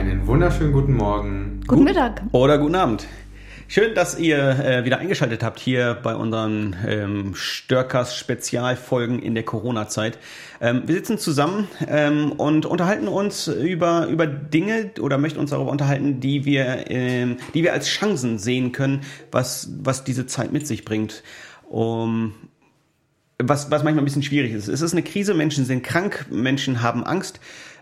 Einen wunderschönen guten Morgen. Guten Mittag. Oder guten Abend. Schön, dass ihr wieder eingeschaltet habt hier bei unseren Störcast-Spezialfolgen in der Corona-Zeit. Wir sitzen zusammen und unterhalten uns über Dinge oder möchten uns darüber unterhalten, die wir als Chancen sehen können, was diese Zeit mit sich bringt. Was manchmal ein bisschen schwierig ist. Es ist eine Krise, Menschen sind krank, Menschen haben Angst.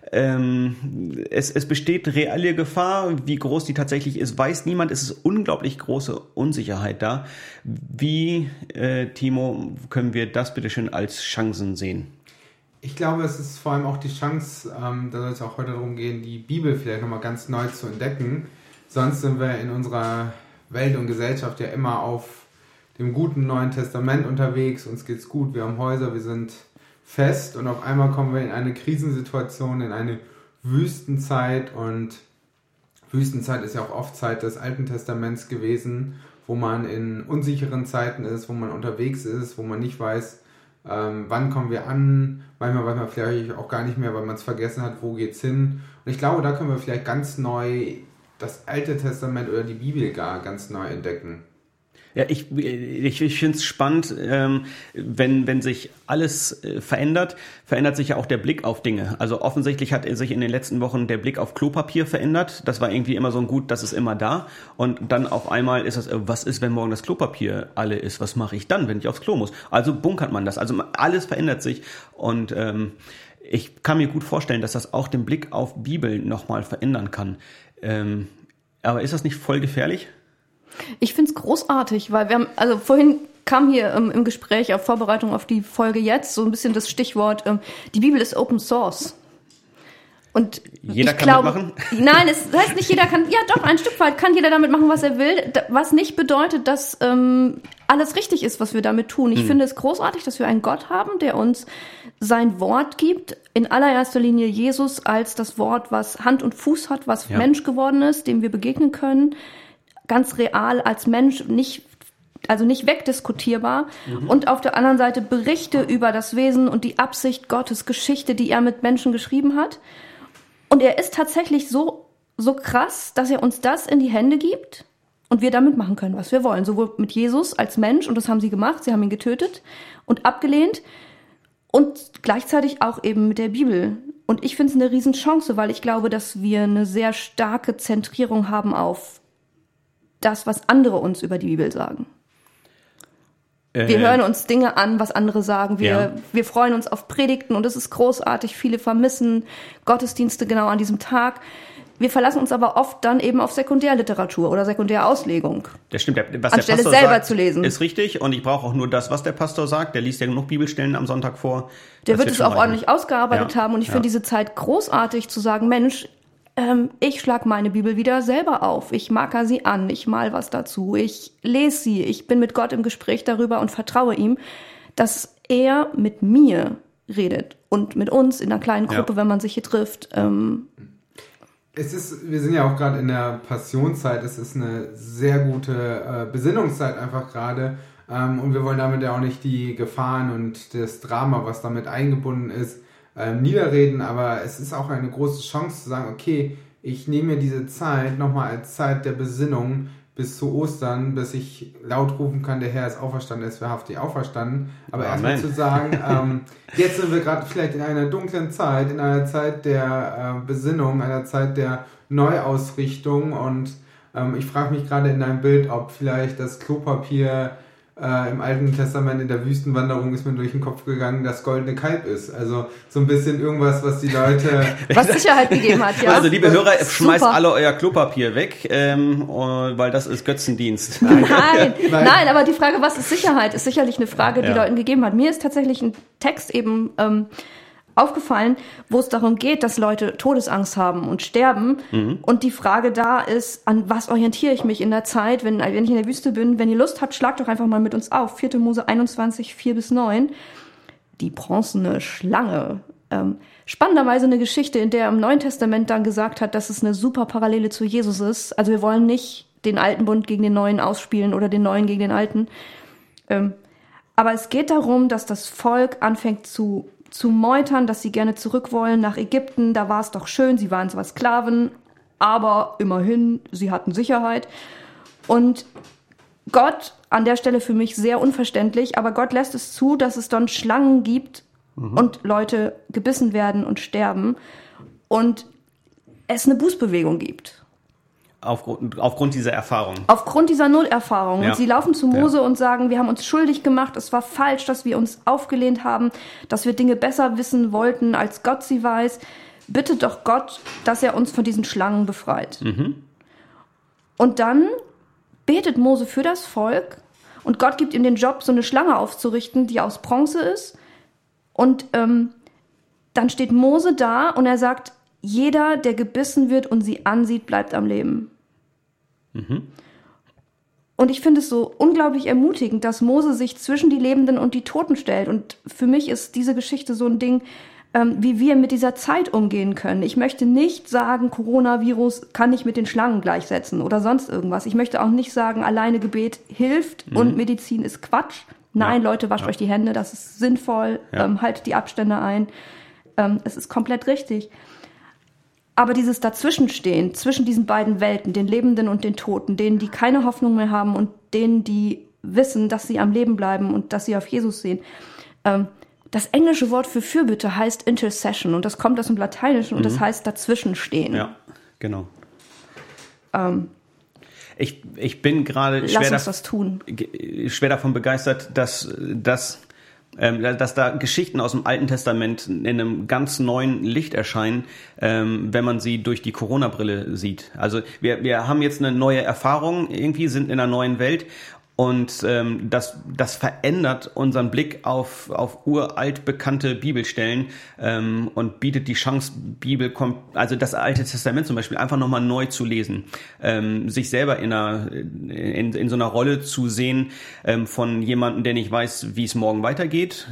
Es besteht reelle Gefahr, wie groß die tatsächlich ist, weiß niemand. Es ist unglaublich große Unsicherheit da. Wie, Timo, können wir das bitte schön als Chancen sehen? Ich glaube, es ist vor allem auch die Chance, da soll es auch heute darum gehen, die Bibel vielleicht nochmal ganz neu zu entdecken. Sonst sind wir in unserer Welt und Gesellschaft ja immer auf dem guten Neuen Testament unterwegs. Uns geht's gut, wir haben Häuser, wir sind fest und auf einmal kommen wir in eine Krisensituation, in eine Wüstenzeit, und Wüstenzeit ist ja auch oft Zeit des Alten Testaments gewesen, wo man in unsicheren Zeiten ist, wo man unterwegs ist, wo man nicht weiß, wann kommen wir an, manchmal weiß man vielleicht auch gar nicht mehr, weil man es vergessen hat, wo geht's hin. Und ich glaube, da können wir vielleicht ganz neu das Alte Testament oder die Bibel gar ganz neu entdecken. Ja, ich finde es spannend, wenn sich alles verändert sich ja auch der Blick auf Dinge. Also offensichtlich hat sich in den letzten Wochen der Blick auf Klopapier verändert. Das war irgendwie immer so ein Gut, das ist immer da. Und dann auf einmal ist das, was ist, wenn morgen das Klopapier alle ist? Was mache ich dann, wenn ich aufs Klo muss? Also bunkert man das. Also alles verändert sich. Und ich kann mir gut vorstellen, dass das auch den Blick auf Bibel nochmal verändern kann. Aber ist das nicht voll gefährlich? Ich finde es großartig, weil vorhin kam hier im Gespräch auf Vorbereitung auf die Folge jetzt so ein bisschen das Stichwort, die Bibel ist Open Source. Und jeder kann mitmachen? Nein, es heißt nicht jeder kann, ja doch, ein Stück weit kann jeder damit machen, was er will, was nicht bedeutet, dass alles richtig ist, was wir damit tun. Ich finde es großartig, dass wir einen Gott haben, der uns sein Wort gibt, in allererster Linie Jesus als das Wort, was Hand und Fuß hat, was Mensch geworden ist, dem wir begegnen können, ganz real als Mensch, nicht wegdiskutierbar. Und auf der anderen Seite Berichte über das Wesen und die Absicht Gottes, Geschichte, die er mit Menschen geschrieben hat. Und er ist tatsächlich so krass, dass er uns das in die Hände gibt und wir damit machen können, was wir wollen. Sowohl mit Jesus als Mensch, und das haben sie gemacht, sie haben ihn getötet und abgelehnt, und gleichzeitig auch eben mit der Bibel. Und ich finde es eine Riesenchance, weil ich glaube, dass wir eine sehr starke Zentrierung haben auf das, was andere uns über die Bibel sagen. Wir hören uns Dinge an, was andere sagen. Wir freuen uns auf Predigten, und es ist großartig. Viele vermissen Gottesdienste genau an diesem Tag. Wir verlassen uns aber oft dann eben auf Sekundärliteratur oder Sekundärauslegung. Das stimmt. Was anstelle der Pastor selber sagt, zu lesen. Ist richtig. Und ich brauche auch nur das, was der Pastor sagt. Der liest ja genug Bibelstellen am Sonntag vor. Der wird es auch ordentlich ausgearbeitet haben. Und ich finde diese Zeit großartig, zu sagen, Mensch, ich schlage meine Bibel wieder selber auf. Ich marker sie an, ich mal was dazu, ich lese sie, ich bin mit Gott im Gespräch darüber und vertraue ihm, dass er mit mir redet und mit uns in einer kleinen Gruppe, wenn man sich hier trifft. Wir sind ja auch gerade in der Passionszeit, es ist eine sehr gute Besinnungszeit einfach gerade, und wir wollen damit ja auch nicht die Gefahren und das Drama, was damit eingebunden ist, niederreden, aber es ist auch eine große Chance zu sagen, okay, ich nehme mir diese Zeit nochmal als Zeit der Besinnung bis zu Ostern, bis ich laut rufen kann, der Herr ist auferstanden, er ist wahrhaftig auferstanden. Aber erstmal zu sagen, jetzt sind wir gerade vielleicht in einer dunklen Zeit, in einer Zeit der Besinnung, einer Zeit der Neuausrichtung, und ich frage mich gerade in deinem Bild, ob vielleicht das Klopapier im Alten Testament in der Wüstenwanderung ist mir durch den Kopf gegangen, das goldene Kalb ist. Also so ein bisschen irgendwas, was die Leute... Was Sicherheit gegeben hat, ja. Also liebe Hörer, schmeißt alle euer Klopapier weg, weil das ist Götzendienst. Nein, aber die Frage, was ist Sicherheit, ist sicherlich eine Frage, die Leuten gegeben hat. Mir ist tatsächlich ein Text eben aufgefallen, wo es darum geht, dass Leute Todesangst haben und sterben. Und die Frage da ist, an was orientiere ich mich in der Zeit, wenn ich in der Wüste bin? Wenn ihr Lust habt, schlagt doch einfach mal mit uns auf. 4. Mose 21, 4-9. Die bronzene Schlange. Spannenderweise eine Geschichte, in der im Neuen Testament dann gesagt hat, dass es eine super Parallele zu Jesus ist. Also wir wollen nicht den alten Bund gegen den neuen ausspielen oder den neuen gegen den alten. Aber es geht darum, dass das Volk anfängt zu meutern, dass sie gerne zurück wollen nach Ägypten. Da war es doch schön, sie waren zwar Sklaven, aber immerhin, sie hatten Sicherheit. Und Gott, an der Stelle für mich sehr unverständlich, aber Gott lässt es zu, dass es dann Schlangen gibt und Leute gebissen werden und sterben und es eine Bußbewegung gibt. Aufgrund dieser Erfahrung. Aufgrund dieser Nullerfahrung. Ja. Und sie laufen zu Mose und sagen, wir haben uns schuldig gemacht, es war falsch, dass wir uns aufgelehnt haben, dass wir Dinge besser wissen wollten, als Gott sie weiß. Bitte doch Gott, dass er uns von diesen Schlangen befreit. Und dann betet Mose für das Volk und Gott gibt ihm den Job, so eine Schlange aufzurichten, die aus Bronze ist. Und dann steht Mose da und er sagt, jeder, der gebissen wird und sie ansieht, bleibt am Leben. Und ich finde es so unglaublich ermutigend, dass Mose sich zwischen die Lebenden und die Toten stellt. Und für mich ist diese Geschichte so ein Ding, wie wir mit dieser Zeit umgehen können. Ich möchte nicht sagen, Coronavirus kann ich mit den Schlangen gleichsetzen oder sonst irgendwas. Ich möchte auch nicht sagen, alleine Gebet hilft und Medizin ist Quatsch. Nein, Leute, wascht euch die Hände, das ist sinnvoll, haltet die Abstände ein. Es ist komplett richtig. Aber dieses Dazwischenstehen, zwischen diesen beiden Welten, den Lebenden und den Toten, denen, die keine Hoffnung mehr haben und denen, die wissen, dass sie am Leben bleiben und dass sie auf Jesus sehen. Das englische Wort für Fürbitte heißt Intercession und das kommt aus dem Lateinischen und das heißt Dazwischenstehen. Ja, genau. Ich bin gerade schwer davon begeistert, dass da Geschichten aus dem Alten Testament in einem ganz neuen Licht erscheinen, wenn man sie durch die Corona-Brille sieht. Also wir haben jetzt eine neue Erfahrung, irgendwie sind in einer neuen Welt und das verändert unseren Blick auf uralt bekannte Bibelstellen und bietet die Chance, also das Alte Testament zum Beispiel einfach nochmal neu zu lesen, sich selber in so einer Rolle zu sehen von jemandem, der nicht weiß, wie es morgen weitergeht,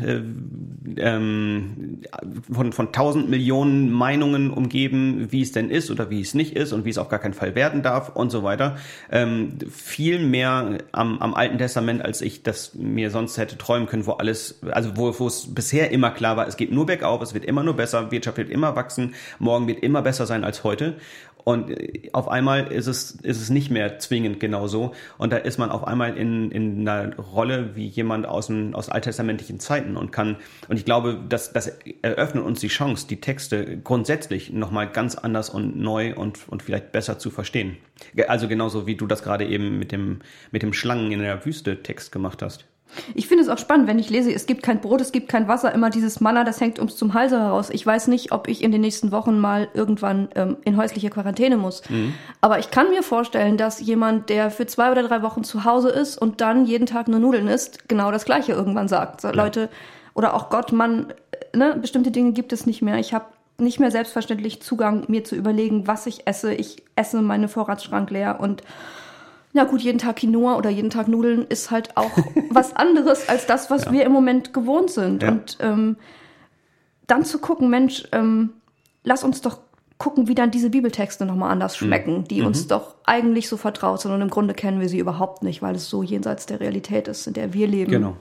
von 1000 Millionen Meinungen umgeben, wie es denn ist oder wie es nicht ist und wie es auf gar keinen Fall werden darf und so weiter. Viel mehr am Alten Testament, als ich das mir sonst hätte träumen können, wo es bisher immer klar war, es geht nur bergauf, es wird immer nur besser, Wirtschaft wird immer wachsen, morgen wird immer besser sein als heute. Und auf einmal ist es nicht mehr zwingend genauso. Und da ist man auf einmal in einer Rolle wie jemand aus alttestamentlichen Zeiten und ich glaube, das eröffnet uns die Chance, die Texte grundsätzlich nochmal ganz anders und neu und vielleicht besser zu verstehen. Also genauso wie du das gerade eben mit dem Schlangen in der Wüste Text gemacht hast. Ich finde es auch spannend, wenn ich lese, es gibt kein Brot, es gibt kein Wasser, immer dieses Manna, das hängt uns zum Halse heraus. Ich weiß nicht, ob ich in den nächsten Wochen mal irgendwann in häusliche Quarantäne muss. Aber ich kann mir vorstellen, dass jemand, der für 2 oder 3 Wochen zu Hause ist und dann jeden Tag nur Nudeln isst, genau das Gleiche irgendwann sagt. So, Leute, oder auch Gott, bestimmte Dinge gibt es nicht mehr. Ich habe nicht mehr selbstverständlich Zugang, mir zu überlegen, was ich esse. Ich esse meinen Vorratsschrank leer und na gut, jeden Tag Quinoa oder jeden Tag Nudeln ist halt auch was anderes als das, was wir im Moment gewohnt sind. Ja. Und dann zu gucken, Mensch, lass uns doch gucken, wie dann diese Bibeltexte nochmal anders schmecken, die uns doch eigentlich so vertraut sind und im Grunde kennen wir sie überhaupt nicht, weil es so jenseits der Realität ist, in der wir leben. Genau.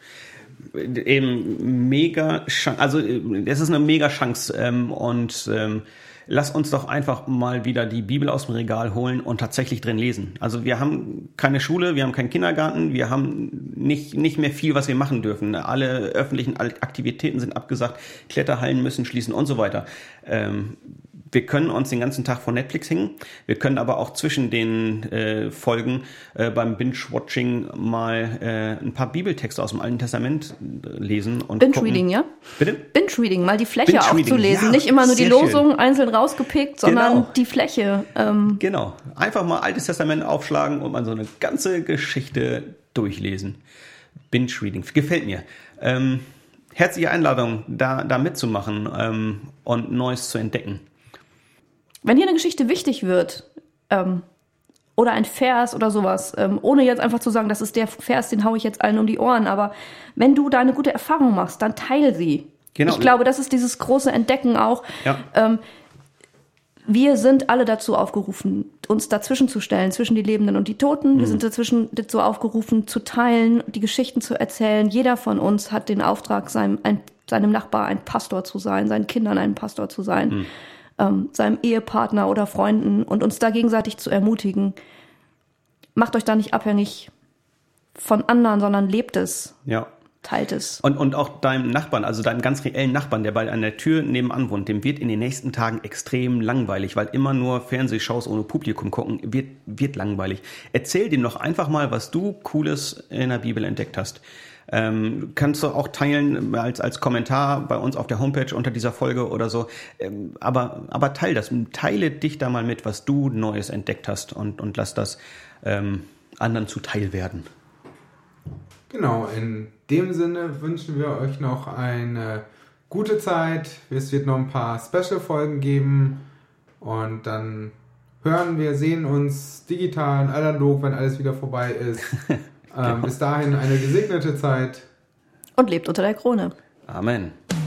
Eben mega Chance, also es ist eine mega Chance und lass uns doch einfach mal wieder die Bibel aus dem Regal holen und tatsächlich drin lesen. Also wir haben keine Schule, wir haben keinen Kindergarten, wir haben nicht mehr viel, was wir machen dürfen. Alle öffentlichen Aktivitäten sind abgesagt, Kletterhallen müssen schließen und so weiter. Wir können uns den ganzen Tag vor Netflix hängen. Wir können aber auch zwischen den Folgen beim Binge-Watching mal ein paar Bibeltexte aus dem Alten Testament lesen. Und Binge-Reading, ja? Bitte? Binge-Reading, mal die Fläche auch zu lesen. Ja, nicht immer nur die Losungen einzeln rausgepickt, sondern die Fläche. Genau. Einfach mal Altes Testament aufschlagen und mal so eine ganze Geschichte durchlesen. Binge-Reading. Gefällt mir. Herzliche Einladung, da mitzumachen und Neues zu entdecken. Wenn dir eine Geschichte wichtig wird, oder ein Vers oder sowas, ohne jetzt einfach zu sagen, das ist der Vers, den hau ich jetzt allen um die Ohren, aber wenn du da eine gute Erfahrung machst, dann teil sie. Genau. Ich glaube, das ist dieses große Entdecken auch. Ja. Wir sind alle dazu aufgerufen, uns dazwischen zu stellen, zwischen die Lebenden und die Toten. Wir sind dazu aufgerufen, zu teilen, die Geschichten zu erzählen. Jeder von uns hat den Auftrag, seinem Nachbar ein Pastor zu sein, seinen Kindern ein Pastor zu sein. seinem Ehepartner oder Freunden und uns da gegenseitig zu ermutigen. Macht euch da nicht abhängig von anderen, sondern lebt es. Ja. Teilt es. Und auch deinem Nachbarn, also deinem ganz reellen Nachbarn, der bei an der Tür nebenan wohnt, dem wird in den nächsten Tagen extrem langweilig, weil immer nur Fernsehshows ohne Publikum gucken, wird langweilig. Erzähl dem doch einfach mal, was du Cooles in der Bibel entdeckt hast. Kannst du auch teilen als Kommentar bei uns auf der Homepage unter dieser Folge oder so. Aber teile dich da mal mit, was du Neues entdeckt hast und lass das anderen zuteil werden. Genau, in dem Sinne wünschen wir euch noch eine gute Zeit. Es wird noch ein paar Special-Folgen geben und dann sehen uns digital und analog, wenn alles wieder vorbei ist. Genau. Bis dahin eine gesegnete Zeit. Und lebt unter der Krone. Amen.